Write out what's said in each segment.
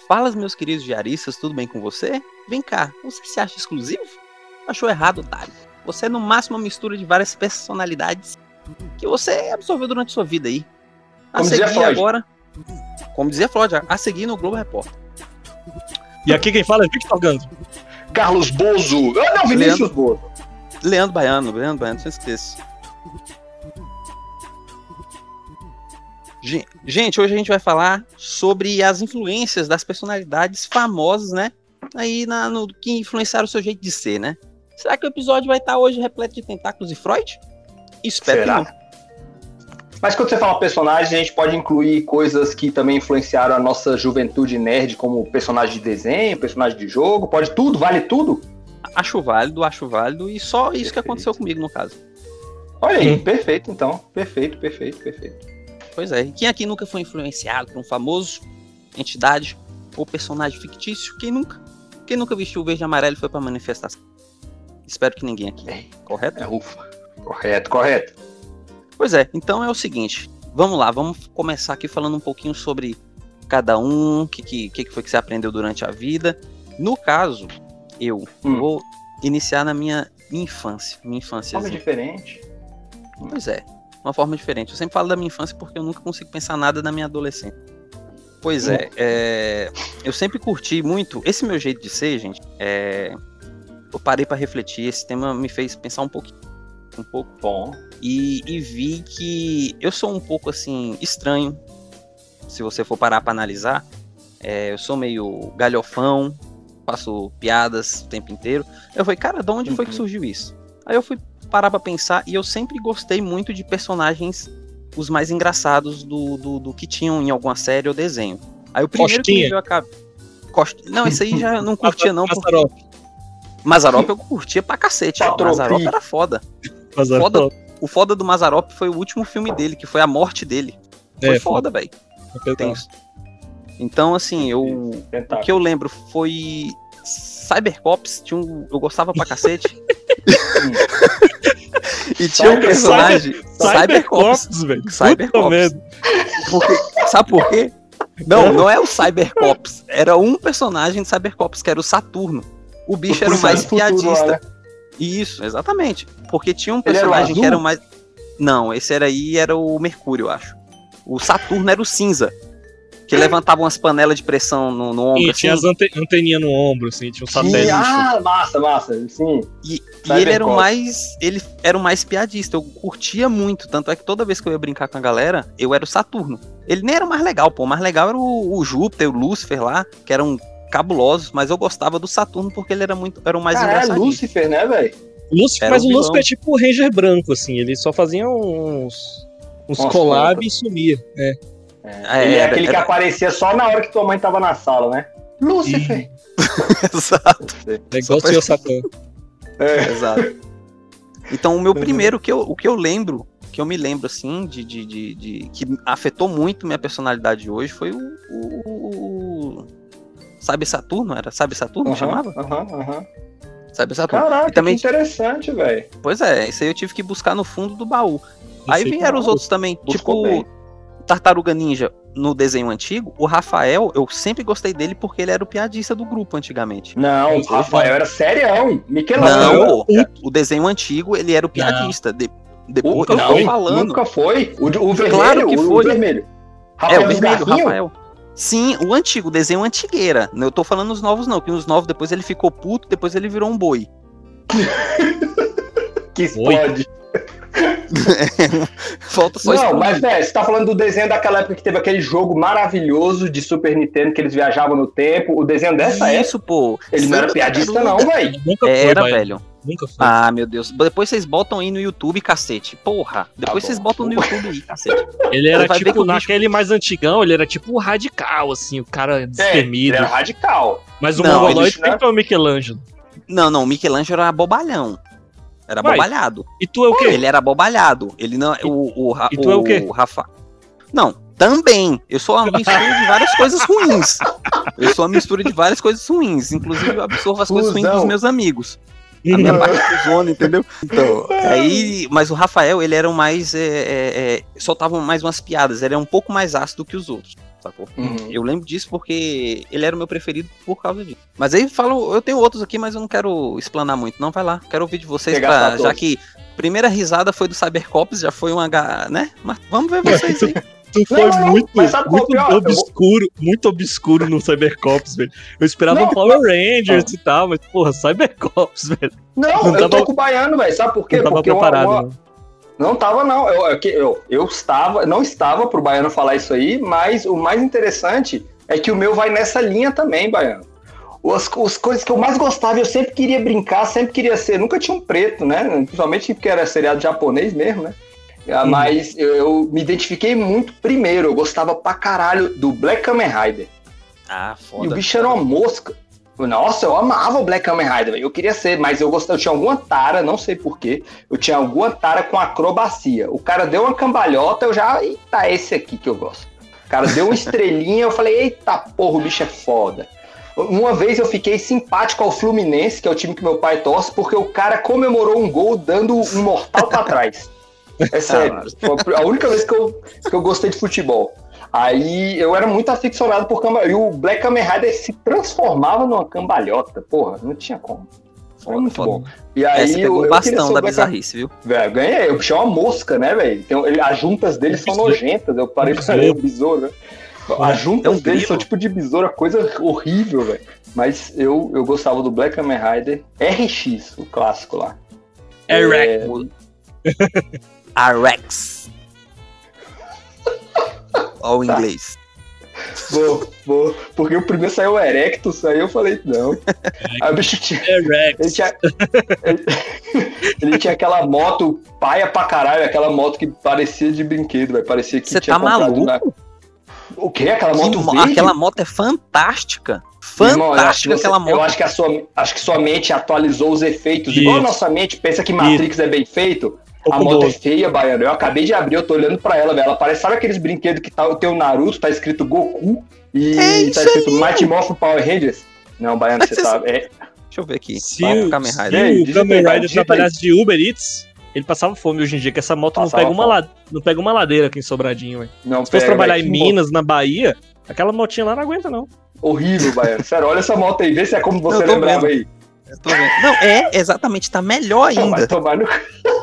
Fala, meus queridos diaristas, tudo bem com você? Vem cá, você se acha exclusivo? Achou errado, otário. Você é no máximo uma mistura de várias personalidades que você absorveu durante sua vida aí. A seguir agora, como dizia Floyd, a seguir no Globo Repórter. E aqui quem fala é Victor Gandro. Carlos Bozo. Não, Vinícius Bozo. Leandro Baiano, não se esqueça. Gente, hoje a gente vai falar sobre as influências das personalidades famosas, né? Aí no que influenciaram o seu jeito de ser, né? Será que o episódio vai estar hoje repleto de tentáculos e Freud? Espero que não. Mas quando você fala personagem, a gente pode incluir coisas que também influenciaram a nossa juventude nerd, como personagem de desenho, personagem de jogo, pode tudo, vale tudo? Acho válido, e só isso que aconteceu comigo, no caso. Olha aí, perfeito então, perfeito. Pois é, e quem aqui nunca foi influenciado por um famoso, entidade ou personagem fictício? Quem nunca? Quem nunca vestiu o verde e amarelo e foi pra manifestação? Espero que ninguém aqui, correto? Ufa, correto. Pois é, então é o seguinte, vamos lá, vamos começar aqui falando um pouquinho sobre cada um, o que foi que você aprendeu durante a vida. No caso, eu vou iniciar na minha infância. Forma diferente. Pois é, uma forma diferente. Eu sempre falo da minha infância porque eu nunca consigo pensar nada na minha adolescência. Pois eu sempre curti muito, esse meu jeito de ser, gente, eu parei pra refletir, esse tema me fez pensar um pouco bom. E vi que eu sou um pouco assim estranho, se você for parar pra analisar. Eu sou meio galhofão, faço piadas o tempo inteiro. Eu falei, cara, de onde foi que surgiu isso? Aí eu fui parar pra pensar e eu sempre gostei muito de personagens os mais engraçados do que tinham em alguma série ou desenho. Aí o primeiro que me veio a cabeça... Não, esse aí já não curtia não. Mazzaropi eu curtia pra cacete. Mazzaropi era foda. O foda do Mazzaropi foi o último filme dele, que foi a morte dele. Foi foda, velho. Então, assim, o que eu lembro foi Cybercops, eu gostava pra cacete. E tinha um personagem Cybercops, velho. Cybercops. Sabe por quê? Não é o Cybercops. Era um personagem de Cybercops, que era o Saturno. O bicho era o mais piadista. Isso, exatamente. Porque tinha um personagem que era o mais... Não, esse aí era o Mercúrio, eu acho. O Saturno era o cinza. Que levantava umas panelas de pressão no ombro. E assim. tinha as anteninhas no ombro, assim, tinha um satélite. Massa, sim. E ele era o mais piadista, eu curtia muito, tanto é que toda vez que eu ia brincar com a galera, eu era o Saturno. Ele nem era o mais legal, pô, o mais legal era o Júpiter, o Lúcifer lá, que eram cabulosos, mas eu gostava do Saturno porque ele era o mais engraçado. É Lúcifer, né, velho? Mas o Lúcifer é tipo o Ranger branco, assim, ele só fazia uns collab e sumia, Ele é aquele que aparecia só na hora que tua mãe tava na sala, né? Lúcifer! Exato. É igual o Senhor Satã. Exato. Então o meu primeiro, o que eu me lembro assim, que afetou muito minha personalidade hoje, foi o Cyber Saturno, era Cyber Saturno que chamava? Cyber Saturno. Caraca, e também... que interessante, velho. Pois é, isso aí eu tive que buscar no fundo do baú. Aí vieram os outros também, tipo Tartaruga Ninja no desenho antigo. O Rafael, eu sempre gostei dele porque ele era o piadista do grupo antigamente. Não, o Rafael era serião. Michelangelo. Não, o desenho antigo ele era o piadista. Depois eu tô falando. Nunca foi. O vermelho, claro que foi. O vermelho. O vermelho, Rafael. Sim, o antigo, o desenho antigueira. Eu tô falando os novos não, porque os novos depois ele ficou puto, depois ele virou um boi. Que explode. Falta só não, mas velho, você tá falando do desenho daquela época que teve aquele jogo maravilhoso de Super Nintendo que eles viajavam no tempo. O desenho dessa época. Isso, pô. Ele não era piadista, não, velho. Era, velho. Nunca foi. Ah, meu Deus. Depois vocês botam aí no YouTube, cacete. Porra. Depois vocês botam no YouTube aí, cacete. Ele era tipo, naquele mais antigão, ele era tipo radical, assim, o cara destemido. Ele era radical. Mas o mongoloide tem que ter o Michelangelo. Não, o Michelangelo era bobalhão. Era bobalhado. E tu é o quê? Ele era bobalhado. Ele não. E tu é o quê? O Rafa. Não, também. Eu sou uma mistura de várias coisas ruins. Inclusive, eu absorvo as coisas ruins dos meus amigos. A minha parte do zona, entendeu? Então, mas o Rafael, ele era o mais. Soltava mais umas piadas. Ele é um pouco mais ácido que os outros. sacou? Eu lembro disso porque ele era o meu preferido por causa disso. Mas aí eu tenho outros aqui, mas eu não quero explanar muito, não, vai lá. Quero ouvir de vocês, já que primeira risada foi do Cybercops, já foi uma, né? Mas vamos ver vocês aí. Tu foi muito obscuro no Cybercops, velho. Eu esperava um Power Rangers e tal, mas, porra, Cybercops, velho. Não, eu tô com o Baiano, velho. Sabe por quê? Não tava preparado, Não tava, não. Não estava pro Baiano falar isso aí, mas o mais interessante é que o meu vai nessa linha também, Baiano. As coisas que eu mais gostava, eu sempre queria brincar, sempre queria ser. Nunca tinha um preto, né? Principalmente porque era seriado japonês mesmo, né? Mas eu me identifiquei muito. Primeiro, eu gostava pra caralho do Black Kamen Rider. Ah, foda. E o bicho era uma mosca. Nossa, eu amava o Black Kamen Rider, eu queria ser, mas eu tinha alguma tara, não sei porquê, eu tinha alguma tara com acrobacia. O cara deu uma cambalhota, eu já, eita, esse aqui que eu gosto. O cara deu uma estrelinha, eu falei, eita porra, o bicho é foda. Uma vez eu fiquei simpático ao Fluminense, que é o time que meu pai torce, porque o cara comemorou um gol dando um mortal pra trás. É sério, foi a única vez que eu gostei de futebol. Aí eu era muito aficionado por cambalhota. E o Black Kamen Rider se transformava numa cambalhota. Porra, não tinha como. Foi muito bom. E aí você pegou o bastão da bizarrice, viu? Velho, ganhei. Eu puxei uma mosca, né, velho? As juntas dele são nojentas. Eu parei de ser um besouro, né? As juntas dele são tipo de besouro, coisa horrível, velho. Mas eu gostava do Black Kamen Rider RX, o clássico lá. Rex. Ao inglês. Boa. Porque o primeiro saiu o Erectus, aí eu falei, não. Aí o bicho tinha. Ele tinha aquela moto paia pra caralho, aquela moto que parecia de brinquedo, velho. Parecia que você tinha comprado maluco? O quê? Aquela moto verde? Aquela moto é fantástica. Fantástica aquela moto. Eu acho que sua mente atualizou os efeitos. Igual a nossa mente pensa que Matrix é bem feito. A moto é feia, Baiano. Eu acabei de abrir, eu tô olhando pra ela, velho. Ela parece, sabe aqueles brinquedos que tem o Naruto, tá escrito Goku e tá escrito Mighty Morphin Power Rangers? Não, Baiano, você tá... Deixa eu ver aqui. Se o Kamen Rider trabalhasse de Uber Eats, ele passava fome hoje em dia, que essa moto não pega uma ladeira aqui em Sobradinho, velho. Se fosse trabalhar em Minas, na Bahia, aquela motinha lá não aguenta, não. Horrível, Baiano. Sério, olha essa moto aí, vê se é como você lembrava aí. Tô vendo. Não, exatamente, tá melhor ainda. Vai tomar no...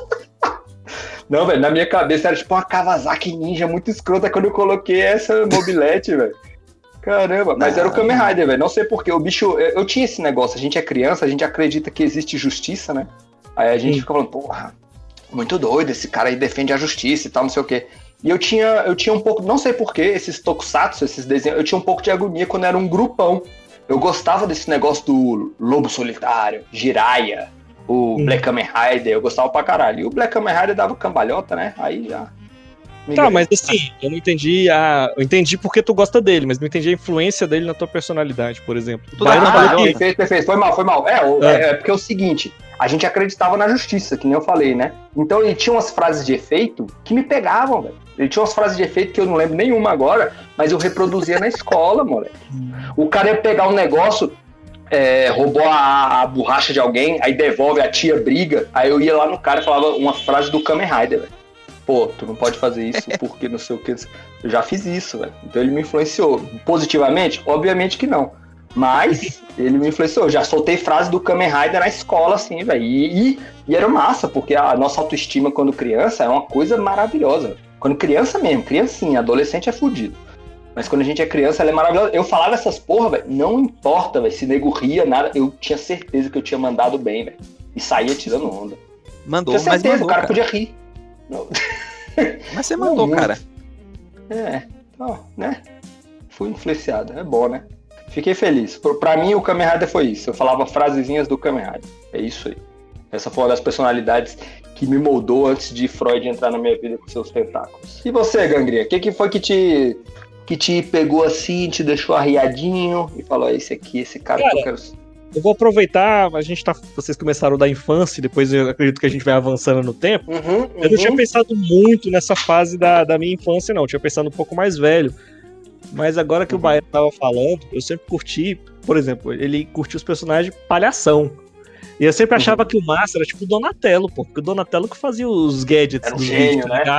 Não, velho, na minha cabeça era tipo uma Kawasaki Ninja muito escrota quando eu coloquei essa mobilete, velho. Caramba, mas era o Kamen Rider, velho. Não sei porquê. O bicho. Eu tinha esse negócio, a gente é criança, a gente acredita que existe justiça, né? Aí a gente fica falando, porra, muito doido, esse cara aí defende a justiça e tal, não sei o quê. E eu tinha um pouco, não sei porquê, esses tokusatsu, esses desenhos, eu tinha um pouco de agonia quando era um grupão. Eu gostava desse negócio do Lobo Solitário, Jiraiya. O Black Kamen Rider, eu gostava pra caralho. E o Black Kamen Rider dava cambalhota, né? Aí já... Tá, mas assim, eu não entendi eu entendi porque tu gosta dele, mas não entendi a influência dele na tua personalidade, por exemplo. Perfeito. Foi mal. É porque é o seguinte, a gente acreditava na justiça, que nem eu falei, né? Então ele tinha umas frases de efeito que me pegavam, velho. Ele tinha umas frases de efeito que eu não lembro nenhuma agora, mas eu reproduzia na escola, moleque. O cara ia pegar um negócio... roubou a borracha de alguém, aí devolve, a tia briga, aí eu ia lá no cara e falava uma frase do Kamen Rider, velho. Pô, tu não pode fazer isso porque não sei o que. Eu já fiz isso, velho. Então ele me influenciou. Positivamente? Obviamente que não. Mas ele me influenciou. Eu já soltei frase do Kamen Rider na escola, assim, velho. E era massa, porque a nossa autoestima quando criança é uma coisa maravilhosa. Quando criança mesmo, criancinha, adolescente é fudido. Mas quando a gente é criança, ela é maravilhosa. Eu falava essas porra, velho, não importa, velho, se nego ria, nada, eu tinha certeza que eu tinha mandado bem, velho. E saía tirando onda. Mandou, tinha certeza, mas mandou, o cara podia rir. Não. Mas você mandou, não, cara. Então, né? Fui influenciado, é bom, né? Fiquei feliz. Pra mim, o Kamen Rider foi isso. Eu falava frasezinhas do Kamen Rider. É isso aí. Essa foi uma das personalidades que me moldou antes de Freud entrar na minha vida com seus tentáculos. E você, Gangria? O que foi que te pegou assim, te deixou arriadinho e falou, esse cara que eu quero... Eu vou aproveitar, vocês começaram da infância, depois eu acredito que a gente vai avançando no tempo. Eu não tinha pensado muito nessa fase da minha infância, não. Eu tinha pensado um pouco mais velho. Mas agora que o Baiano tava falando, eu sempre curti, por exemplo, ele curtiu os personagens de palhação. E eu sempre achava que o Massa era tipo o Donatello, pô. Porque o Donatello que fazia os gadgets do vídeo, né?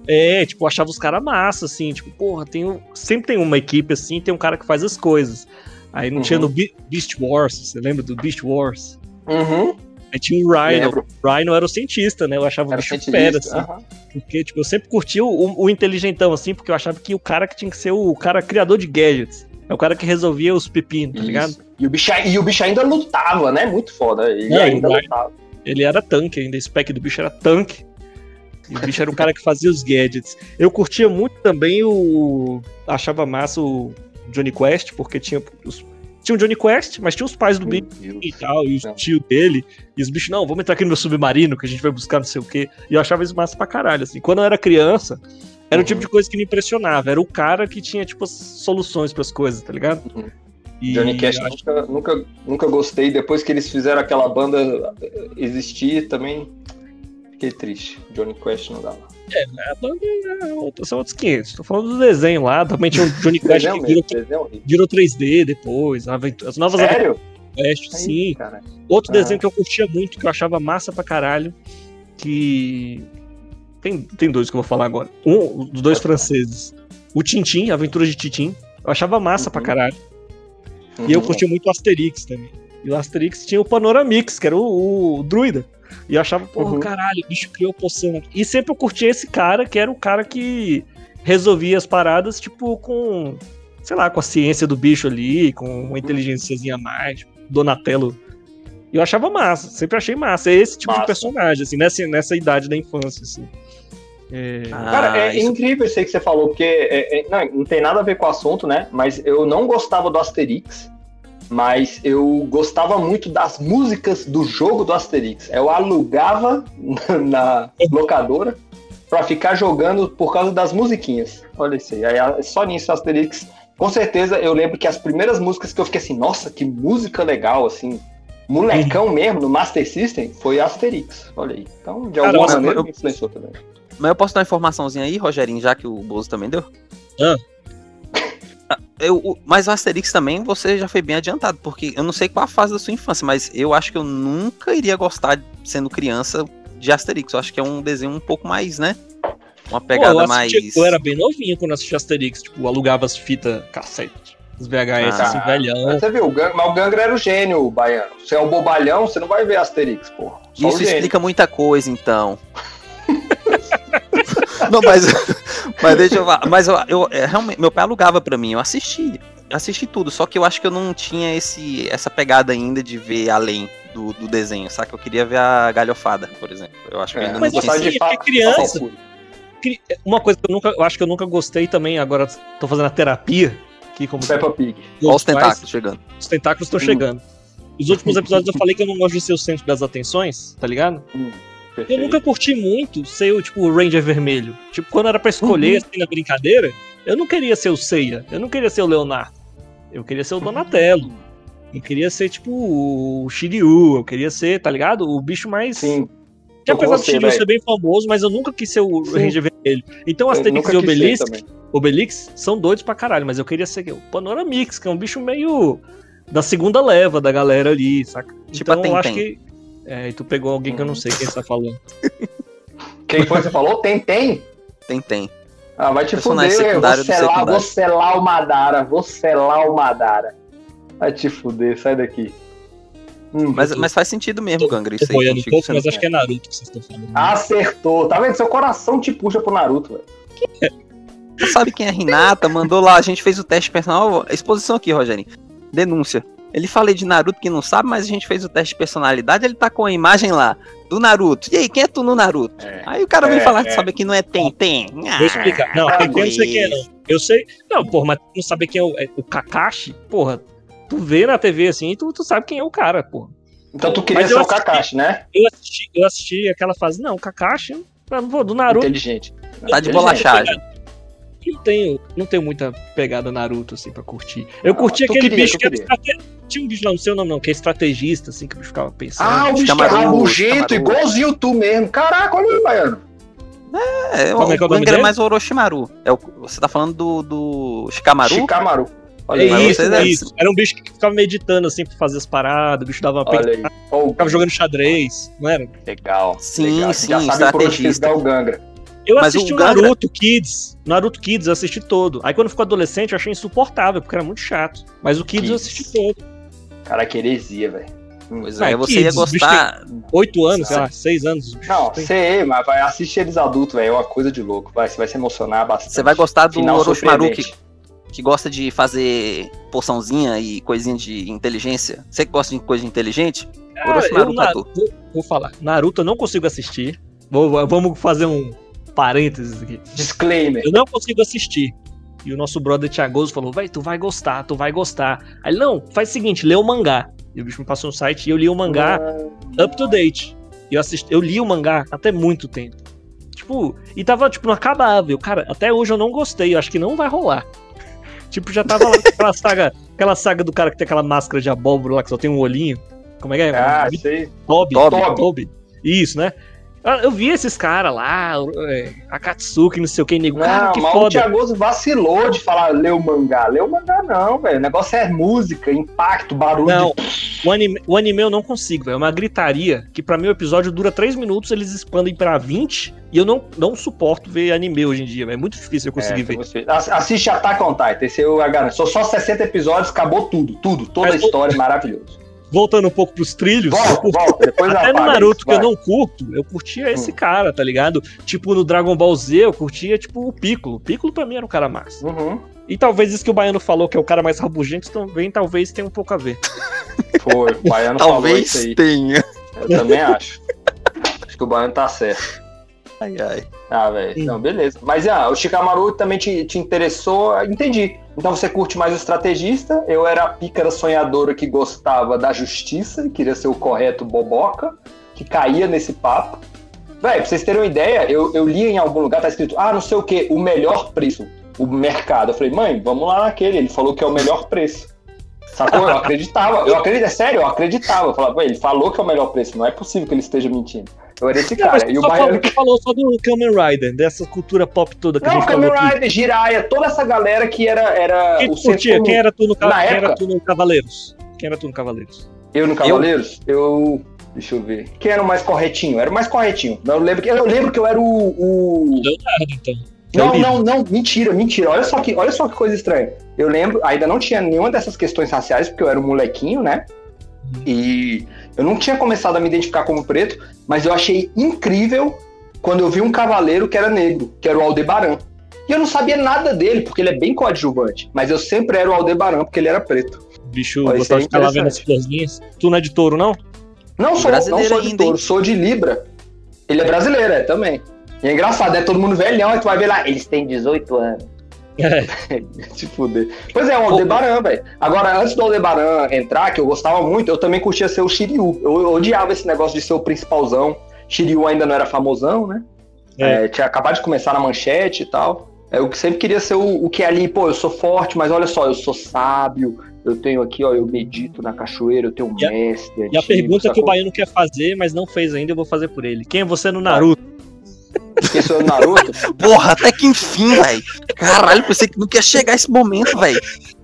Tipo, eu achava os caras massa, assim, tipo, porra, sempre tem uma equipe assim, tem um cara que faz as coisas. Aí não tinha no Beast Wars, você lembra do Beast Wars? Aí tinha o Rhino. O Rhino era o cientista, né? Eu achava o bicho fera, assim. Porque, tipo, eu sempre curti o inteligentão, assim, porque eu achava que o cara que tinha que ser o cara criador de gadgets. É o cara que resolvia os pepinos, tá ligado? E o bicho ainda lutava, né? Muito foda. Ele ainda lutava. Ele era tanque ainda, o spec do bicho era tanque. E o bicho era o cara que fazia os gadgets. Eu curtia muito também achava massa o Johnny Quest, porque tinha o Johnny Quest, mas tinha os pais do bicho e tal, e os tios dele, e os bichos, não, vamos entrar aqui no meu submarino, que a gente vai buscar não sei o quê. E eu achava isso massa pra caralho, assim. Quando eu era criança, era o tipo de coisa que me impressionava. Era o cara que tinha, tipo, as soluções pras coisas, tá ligado? E Johnny Cash nunca gostei. Depois que eles fizeram aquela banda existir, também fiquei triste. Johnny Quest não dava. A banda são outros 500. Tô falando do desenho lá. Também tinha o Johnny Quest que virou 3D depois. As novas Sério? Quest, sim. Cara. Outro desenho que eu curtia muito, que eu achava massa pra caralho, que... Tem dois que eu vou falar agora. Um dos dois franceses. O Tintin, Aventuras de Tintin. Eu achava massa pra caralho. E eu curtia muito o Asterix também. E o Asterix tinha o Panoramix, que era o druida. E eu achava, porra, caralho, o bicho criou poção. E sempre eu curtia esse cara, que era o cara que resolvia as paradas, tipo, com, sei lá, com a ciência do bicho ali, com uma inteligênciazinha a mais, tipo, Donatello. E eu achava massa, sempre achei massa. É esse tipo de personagem, assim, nessa idade da infância, assim. Cara, é incrível isso aí que você falou, porque não tem nada a ver com o assunto, né? Mas eu não gostava do Asterix, mas eu gostava muito das músicas do jogo do Asterix. Eu alugava na locadora pra ficar jogando por causa das musiquinhas. Olha isso aí, só nisso o Asterix. Com certeza eu lembro que as primeiras músicas que eu fiquei assim, nossa, que música legal, assim, molecão mesmo, no Master System, foi Asterix. Olha aí. Então, de alguma maneira, me influenciou também. Mas eu posso dar uma informaçãozinha aí, Rogerinho, já que o Bozo também deu? Mas o Asterix também, você já foi bem adiantado, porque eu não sei qual a fase da sua infância, mas eu acho que eu nunca iria gostar, sendo criança, de Asterix. Eu acho que é um desenho um pouco mais, né? Uma pegada mais... Eu era bem novinho quando assisti Asterix, tipo, alugava as fitas cassete, os VHS, assim, velhão. Você viu, mas o Gangra era o gênio, baiano. Você é um bobalhão, você não vai ver Asterix, porra. Isso explica muita coisa, então. Não, mas deixa eu falar. Mas eu realmente, meu pai alugava pra mim, eu assisti tudo, só que eu acho que eu não tinha essa pegada ainda de ver além do desenho, sabe? Eu queria ver a galhofada, por exemplo. Eu acho que ainda mas não tinha. Mas assim, criança. Uma coisa que eu acho que eu nunca gostei também, agora tô fazendo a terapia aqui como Peppa Pig. Olha os tentáculos chegando. Os tentáculos estão chegando. Nos últimos episódios eu falei que eu não gosto de ser o centro das atenções, tá ligado? Eu nunca curti muito ser tipo, o Ranger Vermelho. Tipo, quando era pra escolher, assim, na brincadeira, eu não queria ser o Seiya, eu não queria ser o Leonardo. Eu queria ser o Donatello. Eu queria ser, tipo, o Shiryu. Eu queria ser, tá ligado? O bicho mais... Sim. Que apesar do Shiryu ser bem famoso, mas eu nunca quis ser o Ranger Vermelho. Então, Asterix e Obelix são doidos pra caralho, mas eu queria ser o Panoramix, que é um bicho meio da segunda leva da galera ali, saca? Tipo, então, eu acho que... e tu pegou alguém que eu não sei quem você tá falando. Quem foi que você falou? Tem? Tem. Ah, vai te fuder, vou selar o Madara. Vai te fuder, sai daqui. Mas faz sentido mesmo, Gangra, isso aí. Um pouco, mas acho que é Naruto que vocês estão falando. Acertou, tá vendo? Seu coração te puxa pro Naruto, velho. Você sabe quem é a Hinata? Mandou lá, a gente fez o teste personal. Exposição aqui, Rogerinho. Denúncia. Ele falei de Naruto que não sabe, mas a gente fez o teste de personalidade, ele tá com a imagem lá, do Naruto. E aí, quem é tu no Naruto? Aí o cara vem falar que sabe que não é Tem. Vou explicar. Não, eu não sei quem é, não. Eu sei... Não, porra, mas tu não sabe quem é o Kakashi? Porra, tu vê na TV assim e tu sabe quem é o cara, porra. Então tu queria ser o Kakashi, né? Eu assisti aquela fase. Não, o Kakashi, do Naruto... Inteligente. Tá de bolachagem. Não tenho muita pegada Naruto, assim, pra curtir. Eu curti aquele bicho que era tinha um bicho lá, não sei o nome não, que é estrategista, assim, que eu ficava pensando. Ah, o bicho que é rabugento, igualzinho tu mesmo. Caraca, olha aí, baiano. O Gangra é mais o Orochimaru. Você tá falando do Shikamaru? Shikamaru. Olha isso. Era um bicho que ficava meditando, assim, pra fazer as paradas, o bicho dava uma pegada. Ficava jogando xadrez, não era? Legal. Sim, já sabe por onde fisgar o Gangra. Eu assisti o Naruto Kids. Naruto Kids eu assisti todo. Aí quando ficou adolescente eu achei insuportável, porque era muito chato. Mas o Kids eu assisti todo. Cara, que heresia, velho. Pois é, você ia gostar... 8 anos, sei lá, 6 anos. Não, sei, mas vai assistir eles adultos, velho. É uma coisa de louco. Você vai se emocionar bastante. Você vai gostar do Orochimaru, que gosta de fazer poçãozinha e coisinha de inteligência. Você que gosta de coisa inteligente? Orochimaru Tatu. Vou falar. Naruto eu não consigo assistir. Vamos fazer um parênteses aqui. Disclaimer. Eu não consigo assistir. E o nosso brother Thiagoso falou, véi, tu vai gostar. Aí ele, não, faz o seguinte, lê o mangá. E o bicho me passou um site e eu li o mangá up to date. E eu li o mangá até muito tempo. Tipo, e tava, não acabava. Cara, até hoje eu não gostei, eu acho que não vai rolar. Tipo, já tava lá aquela saga do cara que tem aquela máscara de abóbora lá, que só tem um olhinho. Como é que é? Ah, sei. Toby. Isso, né? Eu vi esses caras lá, Akatsuki, não sei o que, nego. Cara, que foda. O Thiagoso vacilou de falar ler o mangá. Ler o mangá não, velho. O negócio é música, impacto, barulho. Não, o anime eu não consigo, velho. É uma gritaria que pra mim o episódio dura 3 minutos, eles expandem pra 20 e eu não suporto ver anime hoje em dia, velho. É muito difícil eu conseguir ver. Assiste Attack on Titan, esse eu garanto. São só 60 episódios, acabou tudo. Toda a história é maravilhosa. Voltando um pouco pros trilhos, volta, depois até no Naruto que eu não curto, eu curtia esse cara, tá ligado? Tipo, no Dragon Ball Z eu curtia, tipo, o Piccolo. O Piccolo pra mim era um cara massa. E talvez isso que o Baiano falou, que é o cara mais rabugento, também talvez tenha um pouco a ver. Foi, o Baiano falou isso aí. Talvez tenha. Eu também acho. Acho que o Baiano tá certo. Ai. Ah, velho. Não, beleza. Mas o Shikamaru também te interessou, entendi. Então você curte mais o estrategista, eu era a pícara sonhadora que gostava da justiça, queria ser o correto boboca, que caía nesse papo. Velho, pra vocês terem uma ideia, eu li em algum lugar, tá escrito, não sei o que, o melhor preço, o mercado. Eu falei, mãe, vamos lá naquele, ele falou que é o melhor preço. Sacou? Eu acreditava, é sério, eu acreditava. Eu falava, ele falou que é o melhor preço, não é possível que ele esteja mentindo. Eu era esse cara. E o Baiano falou só do Kamen Rider, dessa cultura pop toda que a gente falou. Kamen Rider, Jiraiya, toda essa galera que era o centro. Quem era tu no Cavaleiros? Quem era tu no Cavaleiros? Eu no Cavaleiros? Deixa eu ver. Quem era o mais corretinho? Era o mais corretinho. Eu lembro que eu era o... Leonardo, então. Não, mentira. Olha só que coisa estranha. Eu lembro, ainda não tinha nenhuma dessas questões raciais, porque eu era um molequinho, né? E eu não tinha começado a me identificar como preto, mas eu achei incrível quando eu vi um cavaleiro que era negro, que era o Aldebaran. E eu não sabia nada dele, porque ele é bem coadjuvante, mas eu sempre era o Aldebaran, porque ele era preto. Bicho, gostava de ficar lá vendo as florzinhas. Tu não é de touro, não? Não sou de touro, sou de Libra. Ele é brasileiro, também. E é engraçado, todo mundo velhão, aí tu vai ver lá, eles têm 18 anos. Se fuder. Pois é, o Aldebaran, velho. Agora, antes do Aldebaran entrar, que eu gostava muito, eu também curtia ser o Shiryu. Eu odiava esse negócio de ser o principalzão. Shiryu ainda não era famosão, né? Tinha acabado de começar na manchete e tal. Eu sempre queria ser o que é ali, eu sou forte, mas olha só, eu sou sábio. Eu tenho aqui, eu medito na cachoeira, eu tenho um mestre. Antigo, e a pergunta que o Baiano quer fazer, mas não fez ainda, eu vou fazer por ele. Quem é você no Naruto? Quem sou eu no Naruto? Porra, até que enfim, velho. Caralho, pensei que não ia chegar esse momento, velho.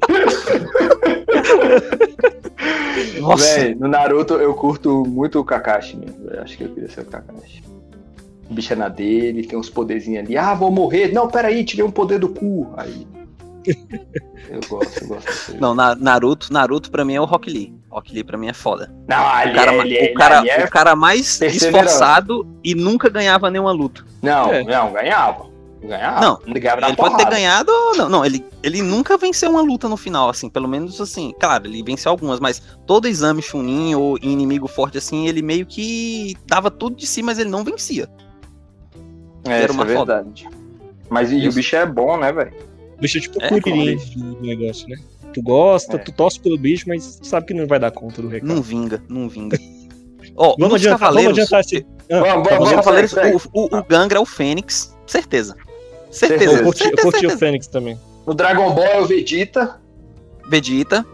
Nossa. Véi, no Naruto eu curto muito o Kakashi mesmo. Eu acho que eu queria ser o Kakashi. O bicho é na dele, tem uns poderzinhos ali. Vou morrer. Não, peraí, tirei um poder do cu. Aí. Eu gosto disso. Não, Naruto pra mim é o Rock Lee. Rock Lee pra mim é foda. Não, o cara mais esforçado e nunca ganhava nenhuma luta. Não, ganhava. Não, ele pode ter ganhado. Não, ele nunca venceu uma luta no final, assim, pelo menos assim. Claro, ele venceu algumas, mas todo exame Chunin ou inimigo forte, assim, ele meio que dava tudo de si, mas ele não vencia. Era uma verdade. Mas o bicho é bom, né, velho? O bicho é tipo o Kuririn do negócio, né? Tu gosta, tu torce pelo bicho, mas sabe que não vai dar conta do recado. Não vinga. Vamos adiantar esse... Nos Cavaleiros, o Gangra é o Fênix, certeza. Eu curti o Fênix também. No Dragon Ball é o Vegeta. Vegeta.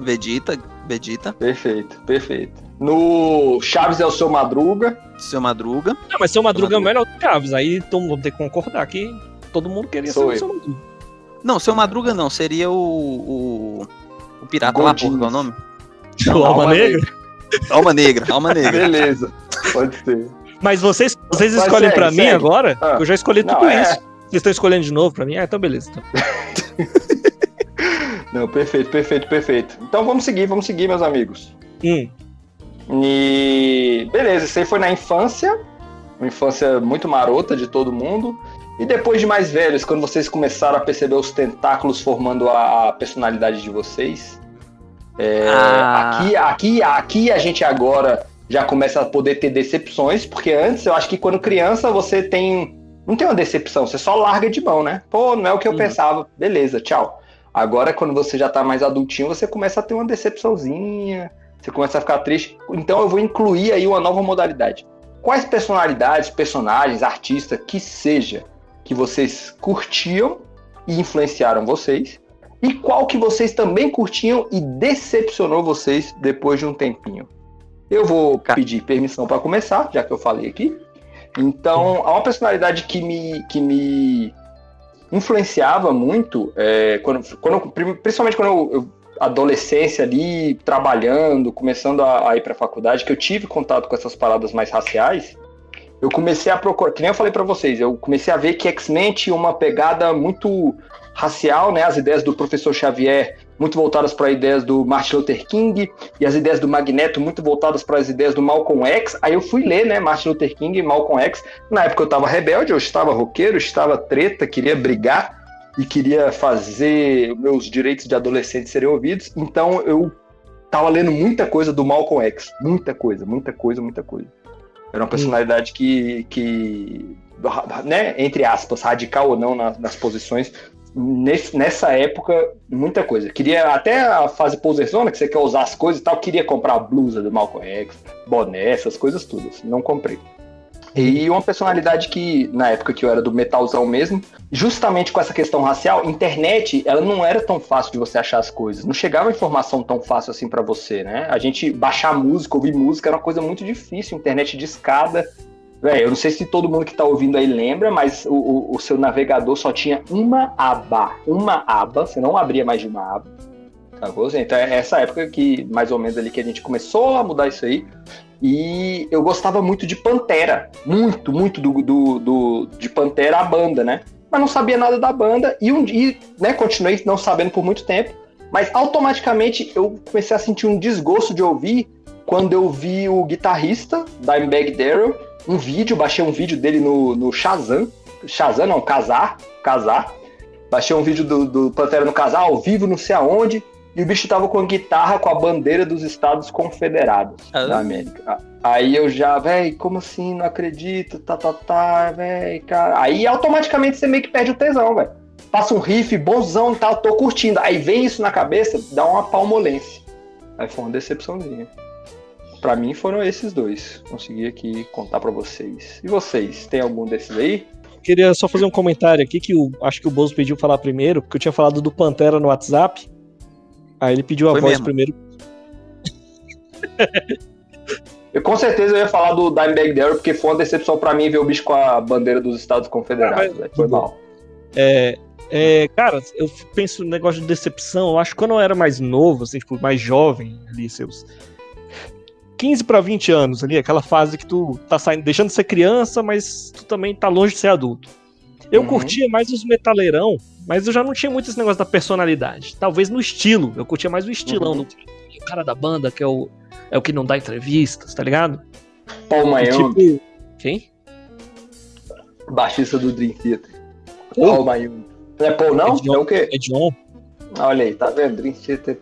Perfeito. No Chaves é o Seu Madruga. Não, mas Seu Madruga é o melhor do Chaves. Aí vamos ter que concordar que todo mundo queria ser o Seu Madruga. Não, Seu Madruga não. Seria o pirata lá, porra, qual é o nome? O Alma Negra? Alma Negra. Beleza, pode ser. Mas vocês Vocês escolhem pra mim agora? Eu já escolhi tudo isso. Vocês estão escolhendo de novo pra mim? Então beleza. Então. Não, perfeito. Então vamos seguir, meus amigos. E beleza, isso aí foi na infância. Uma infância muito marota de todo mundo. E depois de mais velhos, quando vocês começaram a perceber os tentáculos formando a personalidade de vocês. Aqui a gente agora já começa a poder ter decepções, porque antes eu acho que quando criança você não tem uma decepção, você só larga de mão, né? Pô, não é o que eu pensava, beleza, tchau. Agora quando você já tá mais adultinho, você começa a ter uma decepçãozinha, você começa a ficar triste. Então eu vou incluir aí uma nova modalidade. Quais personalidades, personagens, artistas, que seja, que vocês curtiam e influenciaram vocês? E qual que vocês também curtiam e decepcionou vocês depois de um tempinho? Eu vou pedir permissão para começar, já que eu falei aqui. Então, há uma personalidade que me influenciava muito, principalmente quando eu adolescência ali, trabalhando, começando a ir para a faculdade, que eu tive contato com essas paradas mais raciais, eu comecei a procurar, que nem eu falei para vocês, eu comecei a ver que X-Men tinha uma pegada muito racial, né? As ideias do professor Xavier muito voltadas para as ideias do Martin Luther King e as ideias do Magneto muito voltadas para as ideias do Malcolm X. Aí eu fui ler, né, Martin Luther King e Malcolm X. Na época eu estava rebelde, eu estava roqueiro, estava treta, queria brigar e queria fazer meus direitos de adolescente serem ouvidos. Então eu estava lendo muita coisa do Malcolm X, muita coisa. Era uma personalidade que né, entre aspas, radical ou não nas posições. Nessa época, muita coisa. Queria até a fase poserzona, que você quer usar as coisas e tal, queria comprar a blusa do Malcolm X, boné, essas coisas todas. Não comprei. E uma personalidade que, na época que eu era do metalzão mesmo, justamente com essa questão racial, internet, ela não era tão fácil de você achar as coisas. Não chegava informação tão fácil assim pra você, né? A gente baixar música, ouvir música, era uma coisa muito difícil. Internet de escada. Véi, eu não sei se todo mundo que tá ouvindo aí lembra, mas o seu navegador só tinha uma aba, você não abria mais de uma aba, sacou? Então é essa época que, mais ou menos ali, que a gente começou a mudar isso aí, e eu gostava muito de Pantera, muito de Pantera, a banda, né? Mas não sabia nada da banda, e né, continuei não sabendo por muito tempo, mas automaticamente eu comecei a sentir um desgosto de ouvir quando eu vi o guitarrista, Dimebag Darrell, baixei um vídeo dele no Shazam, não, Kazar, baixei um vídeo do Pantera no Kazar, ao vivo, não sei aonde, e o bicho tava com a guitarra com a bandeira dos Estados Confederados da América. Aí eu já, véi, como assim, não acredito, véi, cara. Aí automaticamente você meio que perde o tesão, velho. Passa um riff bonzão e tal, tô curtindo. Aí vem isso na cabeça, dá uma palmolência. Aí foi uma decepçãozinha. Pra mim foram esses dois. Consegui aqui contar pra vocês. E vocês, tem algum desses aí? Queria só fazer um comentário aqui que acho que o Bozo pediu falar primeiro, porque eu tinha falado do Pantera no WhatsApp. Aí ele pediu a voz mesmo primeiro. Com certeza eu ia falar do Dimebag Darrell, porque foi uma decepção pra mim ver o bicho com a bandeira dos Estados Confederados. Foi mal. Cara, eu penso no negócio de decepção. Eu acho que quando eu era mais novo, assim, tipo, mais jovem, ali, seus 15 para 20 anos ali, aquela fase que tu tá saindo, deixando de ser criança, mas tu também tá longe de ser adulto. Eu curtia mais os metaleirão, mas eu já não tinha muito esse negócio da personalidade. Talvez no estilo, eu curtia mais o estilão do cara da banda, que é o que não dá entrevistas, tá ligado? Paul Mayong. Tipo... Quem? Baixista do Dream Theater. Paul Mayong. Não é Paul, não? É o quê? É John. Olha aí, tá vendo? Dream Theater.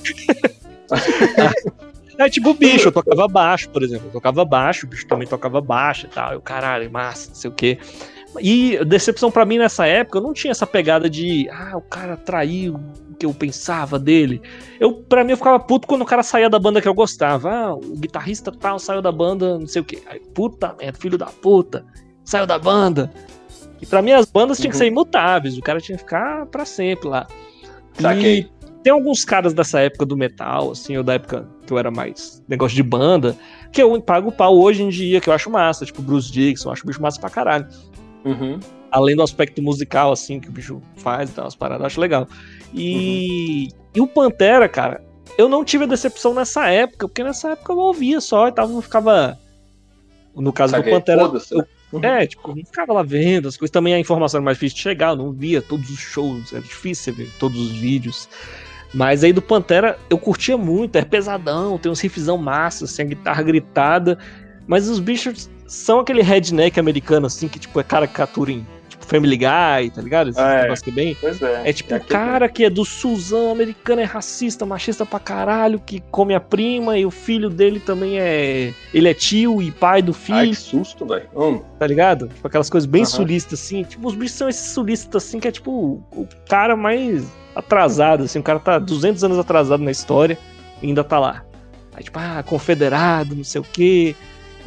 É tipo o bicho, eu tocava baixo, por exemplo. Eu tocava baixo, o bicho também tocava baixo e tal. Eu, caralho, massa, não sei o quê. E decepção pra mim nessa época, eu não tinha essa pegada de o cara traiu o que eu pensava dele. Pra mim, eu ficava puto quando o cara saía da banda que eu gostava. O guitarrista tal saiu da banda, não sei o quê. Aí, puta merda, filho da puta, saiu da banda. E pra mim, as bandas tinham que ser imutáveis, o cara tinha que ficar pra sempre lá. Saquei. E tem alguns caras dessa época do metal, assim, ou da época que eu era mais negócio de banda, que eu pago o pau hoje em dia, que eu acho massa, tipo Bruce Dickinson, eu acho o bicho massa pra caralho. Além do aspecto musical, assim, que o bicho faz e tal, umas paradas, eu acho legal. E o Pantera, cara, eu não tive a decepção nessa época, porque nessa época eu ouvia só e tal, não ficava... No caso do Pantera, Tipo, não ficava lá vendo as coisas. Também a informação era mais difícil de chegar, eu não via todos os shows, era difícil ver todos os vídeos. Mas aí do Pantera eu curtia muito, é pesadão, tem uns riffzão massa, assim, a guitarra gritada. Mas os bichos são aquele redneck americano, assim, que tipo é caricatura em tipo Family Guy, tá ligado? Esse negócio que é bem. Pois é. É tipo o cara que é do Suzão americano, é racista, machista pra caralho, que come a prima e o filho dele também é. Ele é tio e pai do filho. Ai, que susto, velho. Tá ligado? Tipo aquelas coisas bem sulistas, assim. Tipo, os bichos são esses sulistas, assim, que é tipo o cara mais atrasado, assim. O cara tá 200 anos atrasado na história e ainda tá lá. Aí, tipo, confederado, não sei o quê.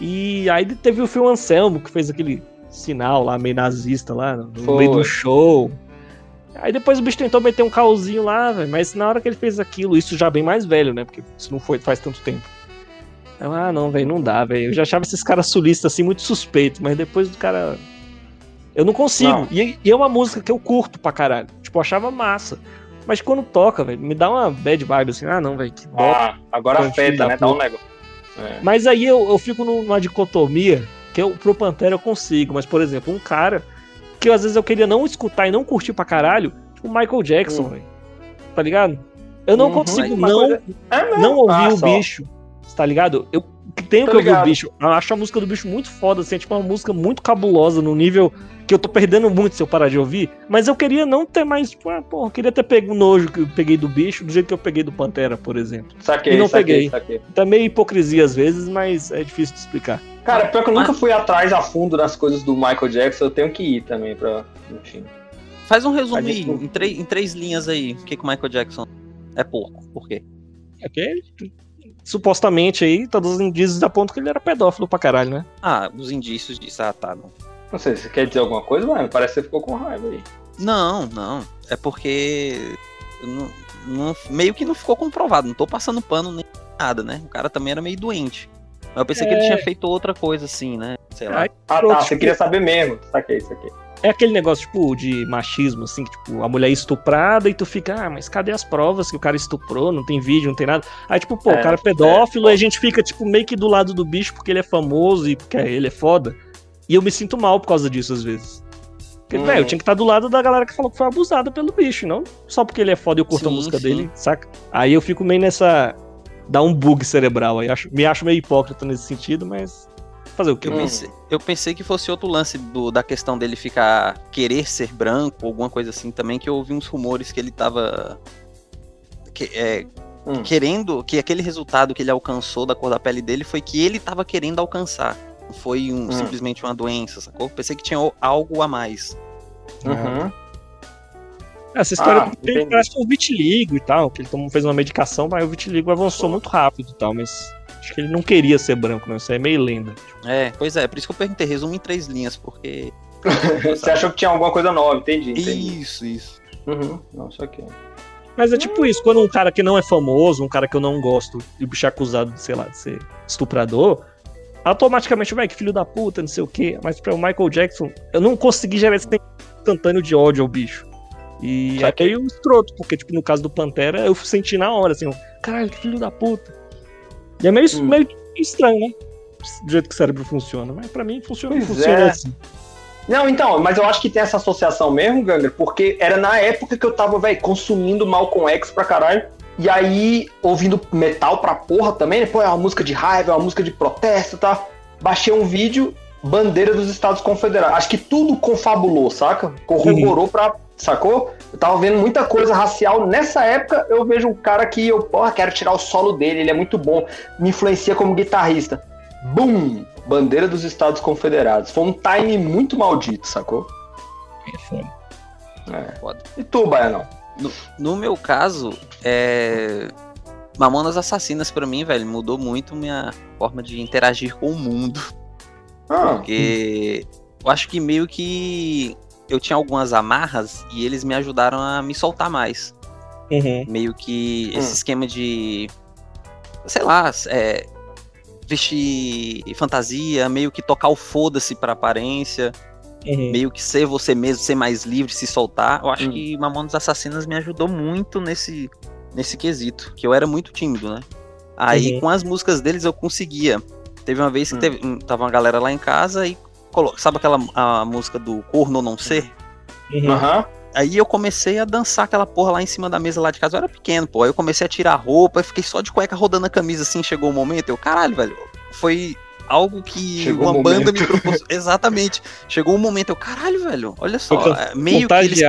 E aí teve o Phil Anselmo, que fez aquele sinal lá, meio nazista lá, no meio do show. Aí depois o bicho tentou meter um caosinho lá, véio, mas na hora que ele fez aquilo, isso já bem mais velho, né? Porque isso não foi faz tanto tempo. Eu, não, velho, não dá, velho. Eu já achava esses caras sulistas assim muito suspeitos, mas depois do cara. Eu não consigo. Não. E é uma música que eu curto pra caralho. Tipo, eu achava massa. Mas quando toca, velho, me dá uma bad vibe assim. Não, velho, que bota. Agora afeta, né? Dá um negócio. Mas aí eu fico numa dicotomia que pro Pantera eu consigo, mas por exemplo, um cara que às vezes eu queria não escutar e não curtir pra caralho, tipo o Michael Jackson, velho. Tá ligado? Eu não consigo não ouvir o bicho, tá ligado? Eu tenho que ouvir o bicho. Eu acho a música do bicho muito foda, assim, é tipo uma música muito cabulosa no nível que eu tô perdendo muito se eu parar de ouvir, mas eu queria não ter mais, tipo, eu queria ter pego o nojo que eu peguei do bicho do jeito que eu peguei do Pantera, por exemplo. Saquei, e não peguei. Tá meio hipocrisia às vezes, mas é difícil de explicar. Cara, pior que eu nunca fui atrás a fundo das coisas do Michael Jackson, eu tenho que ir também pra... Enfim. Faz um resumo aí, em 3 linhas aí, o que o Michael Jackson é porco, por quê? É que supostamente aí, todos os indícios apontam que ele era pedófilo pra caralho, né? Os indícios disso, tá, não. Não sei, você quer dizer alguma coisa, mano? Parece que você ficou com raiva aí. Não. É porque meio que não ficou comprovado. Não tô passando pano nem nada, né? O cara também era meio doente. Mas eu pensei que ele tinha feito outra coisa assim, né? Sei lá. Você queria saber mesmo. Saquei isso aqui. É aquele negócio, tipo, de machismo, assim, que, tipo, a mulher é estuprada e tu fica, mas cadê as provas que o cara estuprou? Não tem vídeo, não tem nada. Aí, tipo, o cara é pedófilo e a gente fica, tipo, meio que do lado do bicho porque ele é famoso e porque ele é foda. E eu me sinto mal por causa disso, às vezes. Porque, velho, eu tinha que estar do lado da galera que falou que foi abusada pelo bicho, não só porque ele é foda e eu curto a música dele, saca? Aí eu fico meio nessa... Dá um bug cerebral aí. Me acho meio hipócrita nesse sentido, mas... Fazer o quê? Eu pensei que fosse outro lance da questão dele querer ser branco, alguma coisa assim também, que eu ouvi uns rumores que ele tava... querendo... Que aquele resultado que ele alcançou da cor da pele dele foi que ele tava querendo alcançar. Foi simplesmente uma doença, sacou? Pensei que tinha algo a mais. Essa história parece um vitiligo e tal, que ele fez uma medicação, mas o vitiligo avançou muito rápido e tal, mas acho que ele não queria ser branco, não. Isso aí é meio lenda. Pois é, por isso que eu perguntei, resumo em 3 linhas, porque... Você achou que tinha alguma coisa nova, entendi. Isso. Nossa, ok. Mas é tipo isso, quando um cara que não é famoso, um cara que eu não gosto, e o bicho é acusado, sei lá, de ser estuprador... automaticamente, que filho da puta, não sei o quê. Mas pra o Michael Jackson, eu não consegui gerar esse instantâneo de ódio ao bicho. E é meio escroto, porque, tipo, no caso do Pantera, eu senti na hora, assim, caralho, que filho da puta. E é meio estranho, né? Do jeito que o cérebro funciona. Mas pra mim funciona assim. Não, então, mas eu acho que tem essa associação mesmo, Ganger, porque era na época que eu tava, consumindo Malcolm X pra caralho. E aí, ouvindo metal pra porra também, né? Pô, é uma música de raiva, é uma música de protesto, tá? Baixei um vídeo, bandeira dos Estados Confederados. Acho que tudo confabulou, saca? Corroborou pra... Sacou? Eu tava vendo muita coisa racial. Nessa época, eu vejo um cara que eu, quero tirar o solo dele, ele é muito bom. Me influencia como guitarrista. Bum! Bandeira dos Estados Confederados. Foi um time muito maldito, sacou? Foda. E tu, Baianão? No meu caso, Mamonas Assassinas pra mim, velho, mudou muito minha forma de interagir com o mundo. Porque eu acho que meio que eu tinha algumas amarras e eles me ajudaram a me soltar mais. Meio que esse esquema de, sei lá, vestir fantasia, meio que tocar o foda-se pra aparência. Meio que ser você mesmo, ser mais livre, se soltar. Eu acho que Mamonas Assassinas me ajudou muito nesse quesito, que eu era muito tímido, né? Aí com as músicas deles eu conseguia. Teve uma vez que tava uma galera lá em casa e sabe a música do Corno Não Ser? Aham. Aí eu comecei a dançar aquela porra lá em cima da mesa lá de casa. Eu era pequeno, pô. Aí eu comecei a tirar a roupa, eu fiquei só de cueca rodando a camisa assim, chegou o momento. Eu, caralho, velho, foi algo que chegou uma banda me propôs. Exatamente. Chegou um momento, eu, caralho, velho, olha só. Meio que eles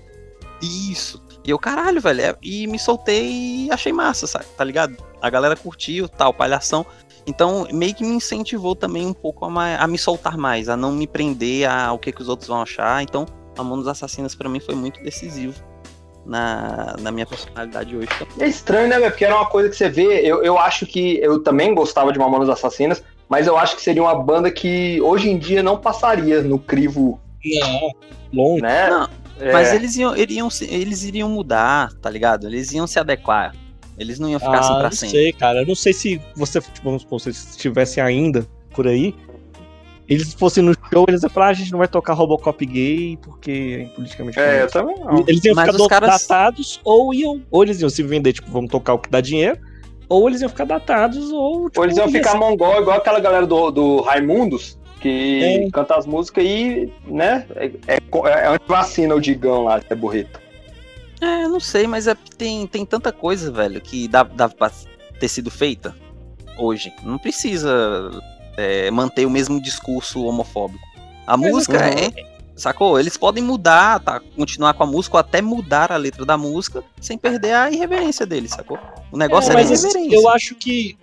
isso. E eu, caralho, velho. E me soltei e achei massa, sabe? Tá ligado? A galera curtiu, tal, palhação. Então, meio que me incentivou também um pouco a me soltar mais, a não me prender ao que os outros vão achar. Então, Mamonas Assassinas pra mim foi muito decisivo na minha personalidade hoje. É estranho, né, velho? Porque era uma coisa que você vê. Eu acho que eu também gostava de Mamonas Assassinas, mas eu acho que seria uma banda que hoje em dia não passaria no crivo. Longe. Né? Não, mas eles iriam mudar, tá ligado? Eles iam se adequar. Eles não iam ficar assim pra sempre. Não sei, cara. Eu não sei se você, vamos supor, se eles estivessem ainda por aí, eles fossem no show, eles iam falar, a gente não vai tocar Robocop gay porque é politicamente correto. Eu também não. Eles iam ficar datados, ou eles iam se vender, tipo, vamos tocar o que dá dinheiro, ou eles iam ficar datados, ou eles iam ficar mongol, igual aquela galera do Raimundos, que canta as músicas e, né, é antivacina o Digão lá, é burrito. Eu não sei, mas tem tanta coisa, velho, que dá pra ter sido feita hoje. Não precisa manter o mesmo discurso homofóbico. A música sacou? Eles podem mudar, tá? Continuar com a música ou até mudar a letra da música sem perder a irreverência deles, sacou? O negócio é a irreverência. Eu acho que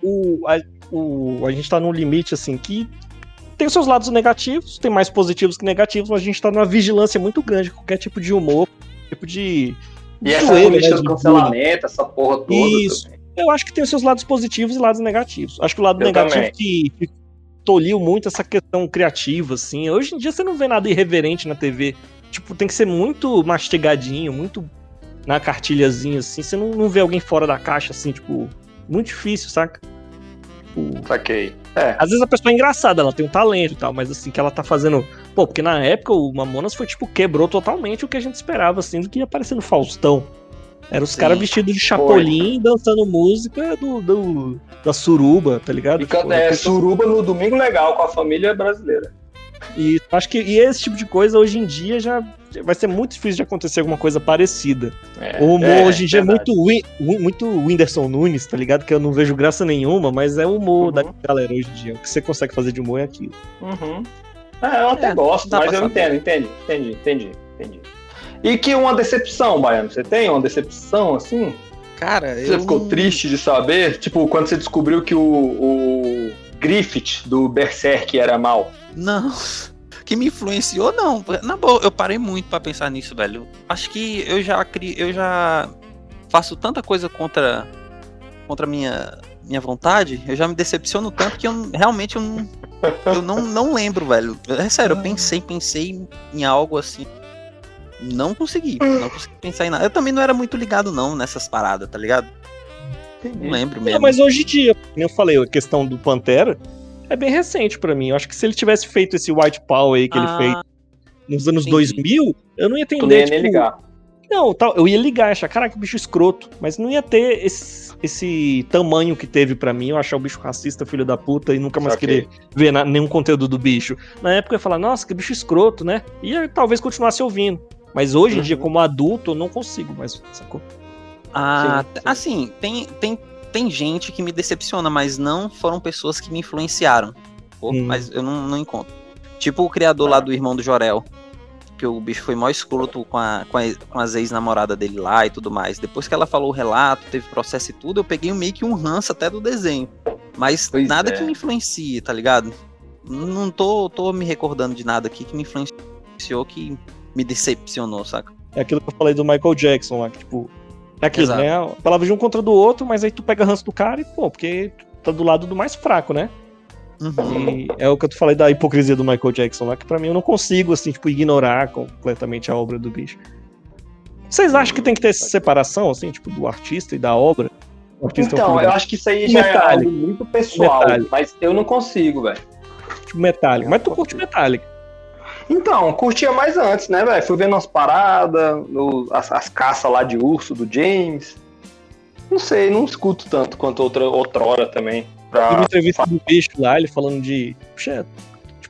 a gente tá num limite, assim, que tem os seus lados negativos, tem mais positivos que negativos, mas a gente tá numa vigilância muito grande com qualquer tipo de humor, tipo de... E essa política do cancelamento, essa porra toda. Isso. Também. Eu acho que tem os seus lados positivos e lados negativos. Acho que o lado negativo que tolhiu muito essa questão criativa, assim. Hoje em dia você não vê nada irreverente na TV. Tipo, tem que ser muito mastigadinho, muito na cartilhazinha, assim. Você não vê alguém fora da caixa, assim, tipo... Muito difícil, saca? Saquei. Às vezes a pessoa é engraçada, ela tem um talento e tal, mas assim, que ela tá fazendo... Pô, porque na época o Mamonas foi, tipo, quebrou totalmente o que a gente esperava, assim, do que ia aparecer no Faustão. Era os caras vestidos de Chapolin, dançando música da suruba, tá ligado? E suruba no Domingo Legal com a família brasileira. E acho que esse tipo de coisa hoje em dia já vai ser muito difícil de acontecer alguma coisa parecida. O humor hoje em dia é muito Whindersson Nunes, tá ligado? Que eu não vejo graça nenhuma, mas é o humor da galera hoje em dia. O que você consegue fazer de humor é aquilo. Eu até gosto, mas eu entendi. E que uma decepção, Baiano? Você tem uma decepção assim? Cara, você ficou triste de saber? Tipo, quando você descobriu que o Griffith do Berserk era mal? Não, que me influenciou, não. Na boa, eu parei muito pra pensar nisso, velho. Acho que eu já faço tanta coisa contra minha vontade, eu já me decepciono tanto que eu realmente não lembro, velho. É sério, eu pensei em algo assim. Não consegui pensar em nada. Eu também não era muito ligado, não, nessas paradas, tá ligado? Não lembro mesmo. Mas hoje em dia, como eu falei, a questão do Pantera é bem recente pra mim. Eu acho que se ele tivesse feito esse White Power aí que ele fez nos anos 2000, eu não ia entender. Tu não ia nem ligar. Não, eu ia ligar, achar, caraca, bicho escroto. Mas não ia ter esse tamanho que teve pra mim. Eu achar o bicho racista, filho da puta, e nunca mais querer ver nenhum conteúdo do bicho. Na época eu ia falar, nossa, que bicho escroto, né? E eu, talvez continuasse ouvindo. Mas hoje em dia, como adulto, eu não consigo mais, sacou? Sim. Assim, tem gente que me decepciona, mas não foram pessoas que me influenciaram. Mas eu não encontro. Tipo o criador lá do Irmão do Jorel, que o bicho foi mó escroto com as ex-namoradas dele lá e tudo mais. Depois que ela falou o relato, teve processo e tudo, eu peguei meio que um ranço até do desenho. Mas nada que me influencie, tá ligado? Não tô me recordando de nada aqui que me influenciou, que me decepcionou, saca? É aquilo que eu falei do Michael Jackson lá, que tipo... É aquilo, exato, né? Falava de um contra do outro, mas aí tu pega ranço do cara e, pô, porque tá do lado do mais fraco, né? E é o que eu falei da hipocrisia do Michael Jackson lá, que pra mim eu não consigo, assim, tipo, ignorar completamente a obra do bicho. Vocês acham que tem que ter essa separação, assim, tipo, do artista e da obra? Então, eu acho que isso aí já é algo muito pessoal, mas eu não consigo, velho. Tipo, Metallica. Mas tu curte Metallica. Então, curtia mais antes, né, velho? Fui vendo umas paradas, as caças lá de urso do James. Não sei, não escuto tanto quanto outrora também. Teve uma entrevista do bicho lá, ele falando de... Puxa,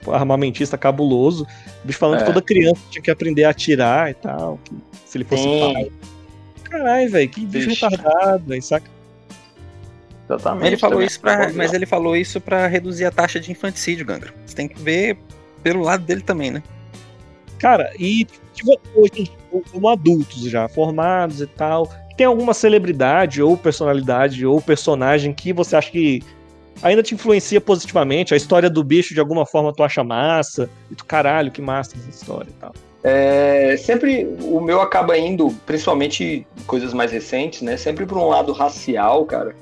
tipo, armamentista cabuloso. O bicho falando que toda criança tinha que aprender a atirar e tal, que se ele fosse pai. Caralho, velho, que bicho retardado, velho, saca? Exatamente. Mas ele falou isso pra reduzir a taxa de infanticídio, Gangra. Você tem que ver pelo lado dele também, né? Cara, e tipo, hoje, como adultos já, formados e tal, tem alguma celebridade, ou personalidade, ou personagem que você acha que ainda te influencia positivamente? A história do bicho, de alguma forma, tu acha massa? E tu, caralho, que massa essa história e tal. Sempre o meu acaba indo, principalmente coisas mais recentes, né? Sempre por um lado racial, cara.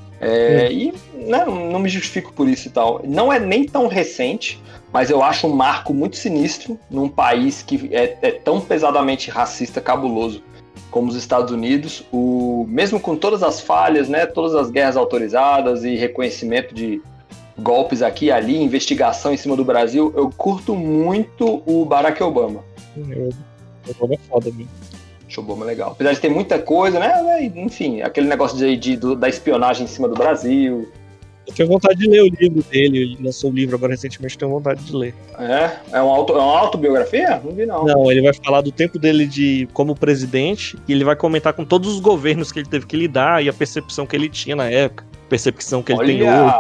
E né, não me justifico por isso e tal. Não é nem tão recente, mas eu acho um marco muito sinistro num país que é tão pesadamente racista, cabuloso como os Estados Unidos. Mesmo com todas as falhas, né, todas as guerras autorizadas e reconhecimento de golpes aqui e ali, investigação em cima do Brasil, eu curto muito o Barack Obama. O Obama é foda, mesmo. Obama é legal. Apesar de ter muita coisa, né? Enfim, aquele negócio da espionagem em cima do Brasil. Eu tenho vontade de ler o livro dele. Ele lançou um livro agora recentemente, tenho vontade de ler. É uma autobiografia? Não vi, não. Não, ele vai falar do tempo dele como presidente e ele vai comentar com todos os governos que ele teve que lidar e a percepção que ele tinha na época. Percepção que ele tem hoje.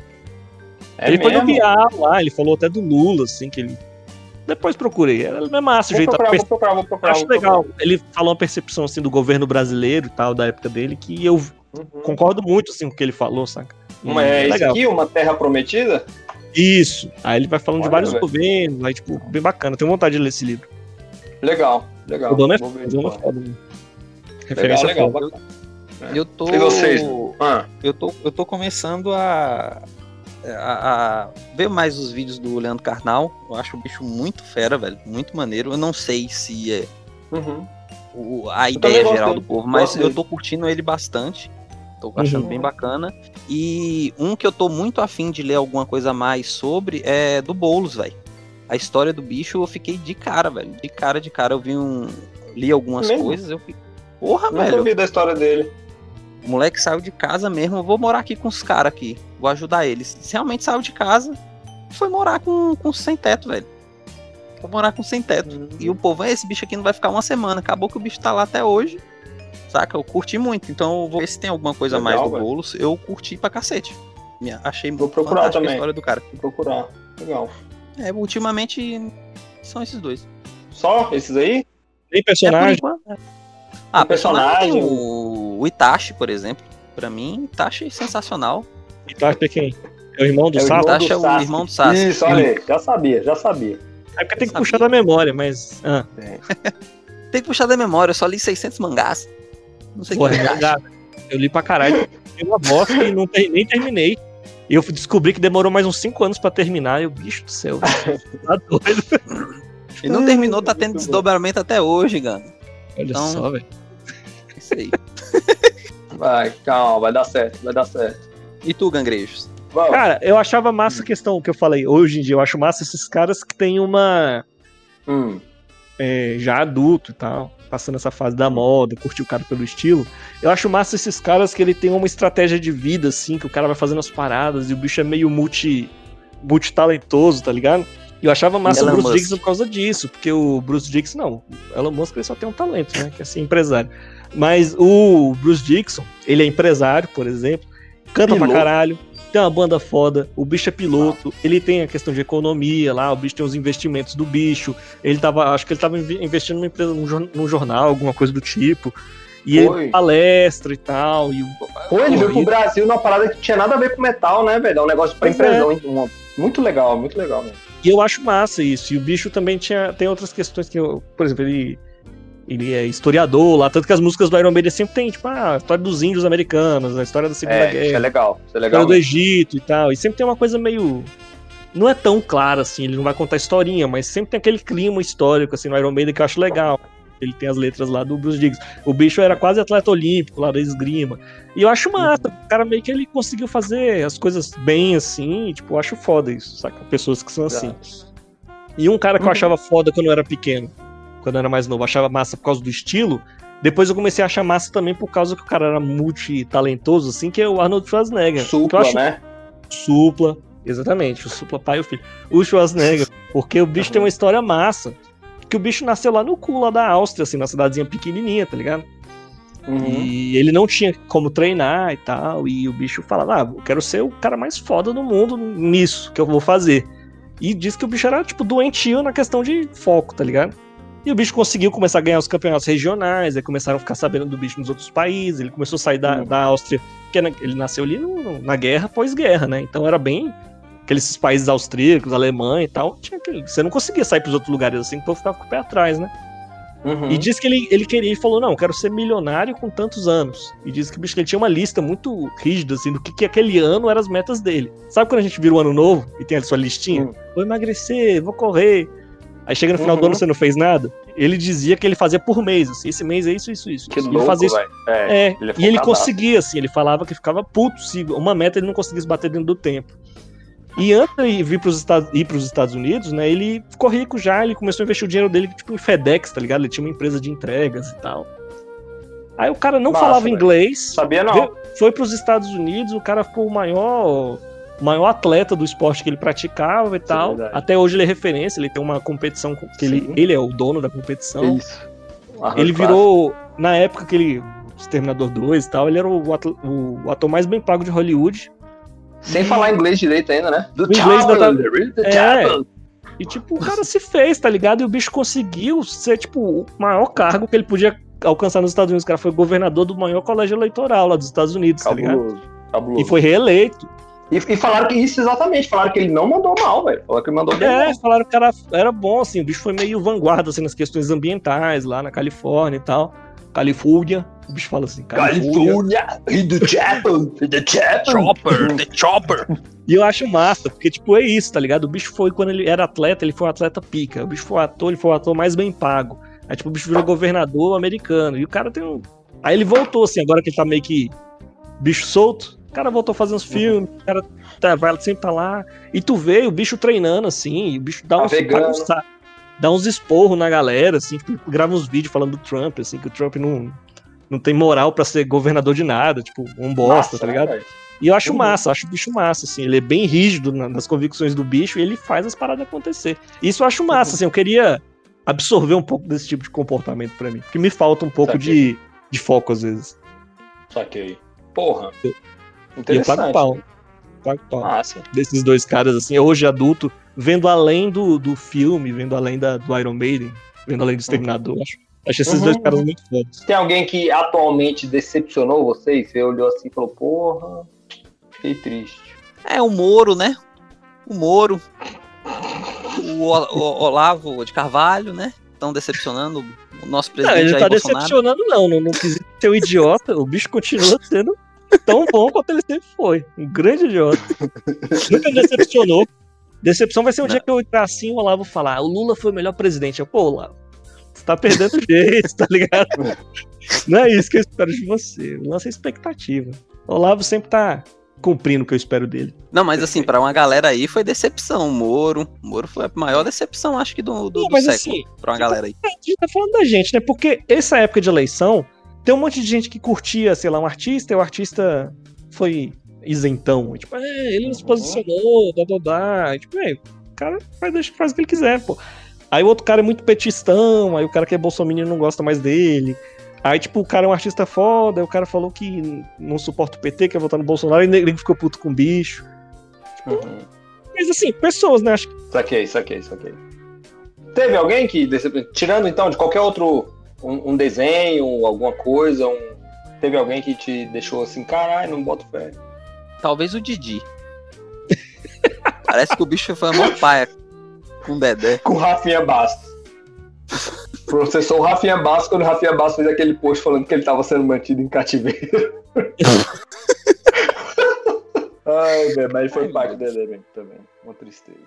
Ele foi no Bial lá, ele falou até do Lula, assim, que ele... Depois procurei, é massa o jeito. Vou procurar. Acho legal. Ele falou uma percepção assim do governo brasileiro e tal, da época dele, que eu concordo muito assim com o que ele falou, saca? É isso aqui, uma terra prometida? Isso. Aí ele vai falando de vários governos, aí tipo, bem bacana. Tenho vontade de ler esse livro. Legal. O dono é foda. Referência legal. Eu tô... E vocês? Eu tô começando a ver mais os vídeos do Leandro Carnal. Eu acho o bicho muito fera, velho. Muito maneiro. Eu não sei se é a ideia geral do povo, mas eu tô curtindo ele bastante. Tô achando bem bacana. E um que eu tô muito afim de ler alguma coisa a mais sobre é do Boulos, velho. A história do bicho eu fiquei de cara, velho. De cara. Eu li algumas coisas, eu fiquei... Porra, velho. Eu ouvi da história dele. O moleque saiu de casa mesmo, eu vou morar aqui com os caras aqui. Vou ajudar eles. Se realmente saiu de casa, foi morar com sem teto, velho. Foi morar com sem teto. E o povo, esse bicho aqui não vai ficar uma semana. Acabou que o bicho tá lá até hoje. Saca? Eu curti muito. Então eu vou ver se tem alguma coisa legal, mais do Boulos. Eu curti pra cacete. Achei muito fantástica a história do cara. Vou procurar. Legal. Ultimamente são esses dois. Só esses aí? Tem personagem? Personagem. O Itachi, por exemplo. Pra mim, Itachi é sensacional. Itachi é quem? É o irmão do Sasuke? Itachi é o irmão do Sasuke. Isso, olha aí. Já sabia. É porque tem que puxar da memória, mas... Tem que puxar da memória. Eu só li 600 mangás. Não sei o que mangá. Eu li pra caralho. Tem uma bosta e nem terminei. E eu descobri que demorou mais uns 5 anos pra terminar. E o bicho do céu, tá doido. E não terminou, tá tendo desdobramento até hoje, Gano. Olha só, velho. Isso aí. Vai, calma, vai dar certo. E tu, Gangrejos? Cara, eu achava massa a questão que eu falei. Hoje em dia, eu acho massa esses caras que tem uma... já adulto e tal, passando essa fase da moda, curtir o cara pelo estilo. Eu acho massa esses caras que ele tem uma estratégia de vida, assim, que o cara vai fazendo as paradas e o bicho é meio multitalentoso, tá ligado? E eu achava massa o Bruce Dickinson por causa disso, porque o Bruce Dickinson, não, o Elon Musk ele só tem um talento, né, que é ser empresário. Mas o Bruce Dickinson, ele é empresário, por exemplo, canta pra caralho, tem uma banda foda, o bicho é piloto, ele tem a questão de economia lá, o bicho tem os investimentos do bicho, acho que ele tava investindo numa empresa, num jornal, alguma coisa do tipo, e ele palestra e tal. Ele veio pro Brasil numa parada que não tinha nada a ver com metal, né, velho? É um negócio pra empresão, muito legal mesmo. E eu acho massa isso, e o bicho também tem outras questões que, por exemplo, ele é historiador lá, tanto que as músicas do Iron Maiden sempre tem, tipo, a história dos índios americanos, a história da Segunda Guerra. Isso é legal. A história do Egito e tal. E sempre tem uma coisa meio... Não é tão clara, assim, ele não vai contar historinha, mas sempre tem aquele clima histórico, assim, no Iron Maiden que eu acho legal. Ele tem as letras lá do Bruce Dickinson. O bicho era quase atleta olímpico lá da esgrima. E eu acho massa. O cara meio que ele conseguiu fazer as coisas bem, assim, e, tipo, eu acho foda isso, saca? Pessoas que são assim. E um cara que eu achava foda quando eu era pequeno, quando eu era mais novo, achava massa por causa do estilo. Depois eu comecei a achar massa também por causa que o cara era multitalentoso, assim, que é o Arnold Schwarzenegger. Supla, né? Supla. Exatamente, o papai e o filho. O Schwarzenegger, porque o bicho tem uma história massa. Que o bicho nasceu lá no cu, lá da Áustria, assim, na cidadezinha pequenininha, tá ligado? E ele não tinha como treinar e tal, e o bicho falava, eu quero ser o cara mais foda do mundo nisso que eu vou fazer. E disse que o bicho era, tipo, doentio na questão de foco, tá ligado? E o bicho conseguiu começar a ganhar os campeonatos regionais, aí começaram a ficar sabendo do bicho nos outros países, ele começou a sair da Áustria, porque ele nasceu ali na guerra, pós-guerra, né? Então era bem aqueles países austríacos, Alemanha e tal, você não conseguia sair pros outros lugares assim, então ficava com o pé atrás, né? E disse que ele queria, ele falou, não, eu quero ser milionário com tantos anos. E disse que o bicho ele tinha uma lista muito rígida, assim, do que aquele ano eram as metas dele. Sabe quando a gente vira o ano novo e tem a sua listinha? Vou emagrecer, vou correr. Aí chega no final do ano e você não fez nada. Ele dizia que ele fazia por mês, assim, esse mês é isso. Que ele louco, fazia isso. E ele conseguia, assim, ele falava que ficava puto se uma meta ele não conseguisse bater dentro do tempo. E antes de ir pros Estados Unidos, né, ele ficou rico já, ele começou a investir o dinheiro dele tipo em FedEx, tá ligado? Ele tinha uma empresa de entregas e tal. Aí o cara não falava inglês. Sabia não. Foi pros Estados Unidos, o cara ficou o maior atleta do esporte que ele praticava e tal. Até hoje ele é referência, ele tem uma competição que ele é o dono da competição. Isso. Ele virou, na época que ele, Exterminador 2 e tal, ele era o ator mais bem pago de Hollywood. Sem falar inglês direito ainda, né? O inglês ainda E tipo, o cara se fez, tá ligado? E o bicho conseguiu ser, tipo, o maior cargo que ele podia alcançar nos Estados Unidos. O cara foi governador do maior colégio eleitoral lá dos Estados Unidos, tá ligado? Cabuloso. E foi reeleito. E falaram que isso exatamente, falaram que ele não mandou mal, velho. Falaram que ele mandou bem. Falaram que o cara era bom, assim, o bicho foi meio vanguarda, assim, nas questões ambientais, lá na Califórnia e tal. Califórnia, o bicho fala assim, Califórnia, the chopper. E eu acho massa, porque, tipo, é isso, tá ligado? O bicho foi, quando ele era atleta, ele foi um atleta pica. O bicho foi ator, ele foi o ator mais bem pago. Aí, tipo, o bicho virou governador americano. E o cara tem um... Aí ele voltou, assim, agora que ele tá meio que bicho solto. O cara voltou a fazer uns filmes, o cara sempre tá lá. E tu vê o bicho treinando, assim, e o bicho dá uns esporros na galera, assim, tipo, grava uns vídeos falando do Trump, assim, que o Trump não tem moral pra ser governador de nada, tipo, um bosta, tá ligado? Né, e eu acho massa, acho o bicho massa, assim, ele é bem rígido nas convicções do bicho e ele faz as paradas acontecer. Isso eu acho massa, assim, eu queria absorver um pouco desse tipo de comportamento pra mim, porque me falta um pouco de foco às vezes. Saquei. Porra. E eu pago pau. Massa. Desses dois caras, assim, hoje adulto, vendo além do filme, vendo além do Iron Maiden, vendo além do Exterminador, acho esses dois caras muito fodas. Tem alguém que atualmente decepcionou vocês? Você olhou assim e falou, porra, fiquei triste. O Moro, né? O Moro. O Olavo de Carvalho, né? Estão decepcionando o nosso presidente. Ele Jair tá Bolsonaro. Decepcionando, não quis ser um idiota, o bicho continua sendo tão bom quanto ele sempre foi. Um grande idiota. Nunca me decepcionou. Decepção vai ser um dia que eu entrar assim e o Olavo falar, o Lula foi o melhor presidente. Pô, Olavo, você tá perdendo jeito, tá ligado? Não é isso que eu espero de você. Lança expectativa. O Olavo sempre tá cumprindo o que eu espero dele. Não, mas assim, pra uma galera aí foi decepção. O Moro foi a maior decepção, acho que do século. Assim, pra uma galera aí. A gente tá falando da gente, né? Porque essa época de eleição, tem um monte de gente que curtia, sei lá, um artista, e o artista foi isentão. Tipo, ele não se posicionou, blá. Tipo, o cara faz o que ele quiser, pô. Aí o outro cara é muito petistão, aí o cara que é bolsominion não gosta mais dele. Aí, tipo, o cara é um artista foda, aí o cara falou que não suporta o PT, quer votar no Bolsonaro, e ele ficou puto com o bicho. Tipo, mas assim, pessoas, né? Acho que... Saquei. Teve alguém que, tirando então de qualquer outro, um desenho, alguma coisa, teve alguém que te deixou assim, caralho, não boto fé. Talvez o Didi. Parece que o bicho foi uma paia com o Dedé. Com o Rafinha Bastos. Processou o Rafinha Bastos quando o Rafinha Bastos fez aquele post falando que ele tava sendo mantido em cativeiro. Ai, velho, mas foi parte do Dedé também. Uma tristeza.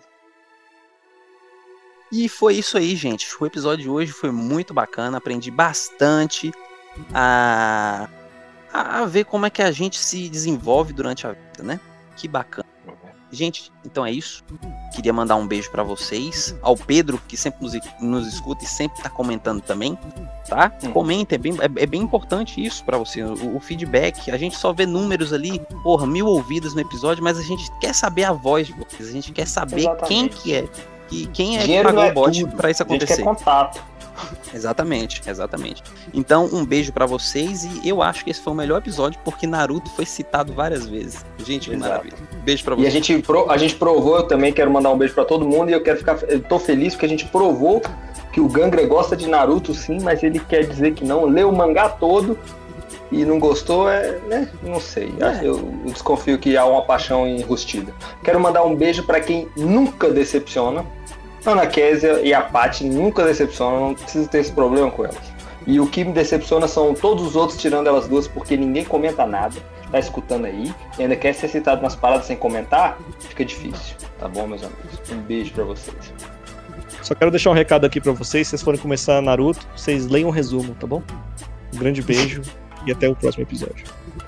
E foi isso aí, gente. O episódio de hoje foi muito bacana. Aprendi bastante a ver como é que a gente se desenvolve durante a vida, né? Que bacana. Gente, então é isso. queria mandar um beijo pra vocês, ao Pedro, que sempre nos escuta e sempre tá comentando também, tá? Comenta, é bem importante isso pra você, o feedback. A gente só vê números ali, 1000 ouvidas no episódio, mas a gente quer saber a voz de vocês, a gente quer saber quem que é que pagou o bot pra isso acontecer. A gente quer contato. Exatamente. Então, um beijo pra vocês, e eu acho que esse foi o melhor episódio porque Naruto foi citado várias vezes. Gente, que maravilha. Beijo pra vocês. E a gente provou, eu também quero mandar um beijo pra todo mundo, e eu tô feliz porque a gente provou que o Gangra gosta de Naruto sim, mas ele quer dizer que não leu o mangá todo e não gostou, né? Não sei. Eu desconfio que há uma paixão enrustida. Quero mandar um beijo pra quem nunca decepciona. A Ana Kézia e a Paty nunca decepcionam, não preciso ter esse problema com elas. E o que me decepciona são todos os outros, tirando elas duas, porque ninguém comenta nada, tá escutando aí, e ainda quer ser citado nas paradas sem comentar, fica difícil, tá bom, meus amigos? Um beijo pra vocês. Só quero deixar um recado aqui pra vocês, se vocês forem começar Naruto, vocês leiam o resumo, tá bom? Um grande beijo e até o próximo episódio.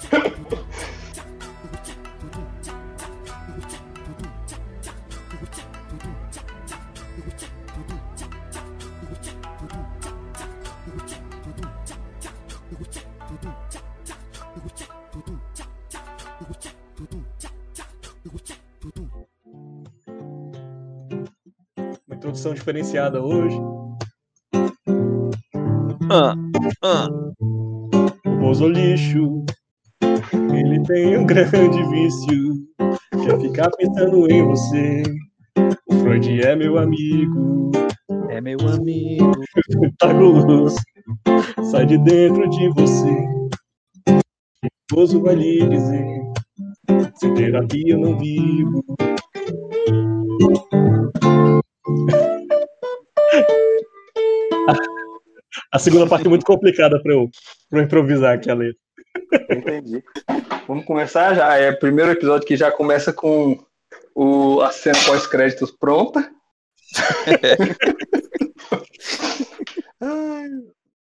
Uma introdução diferenciada hoje. O Bozo lixo, ele tem um grande vício, quer ficar pensando em você. O Freud é meu amigo, tá guloso, sai de dentro de você. O Bozo vai lhe dizer, sem terapia eu não vivo. A segunda parte é muito complicada pra eu improvisar aqui a letra. Entendi. Vamos começar já. É o primeiro episódio que já começa com a cena pós-créditos pronta.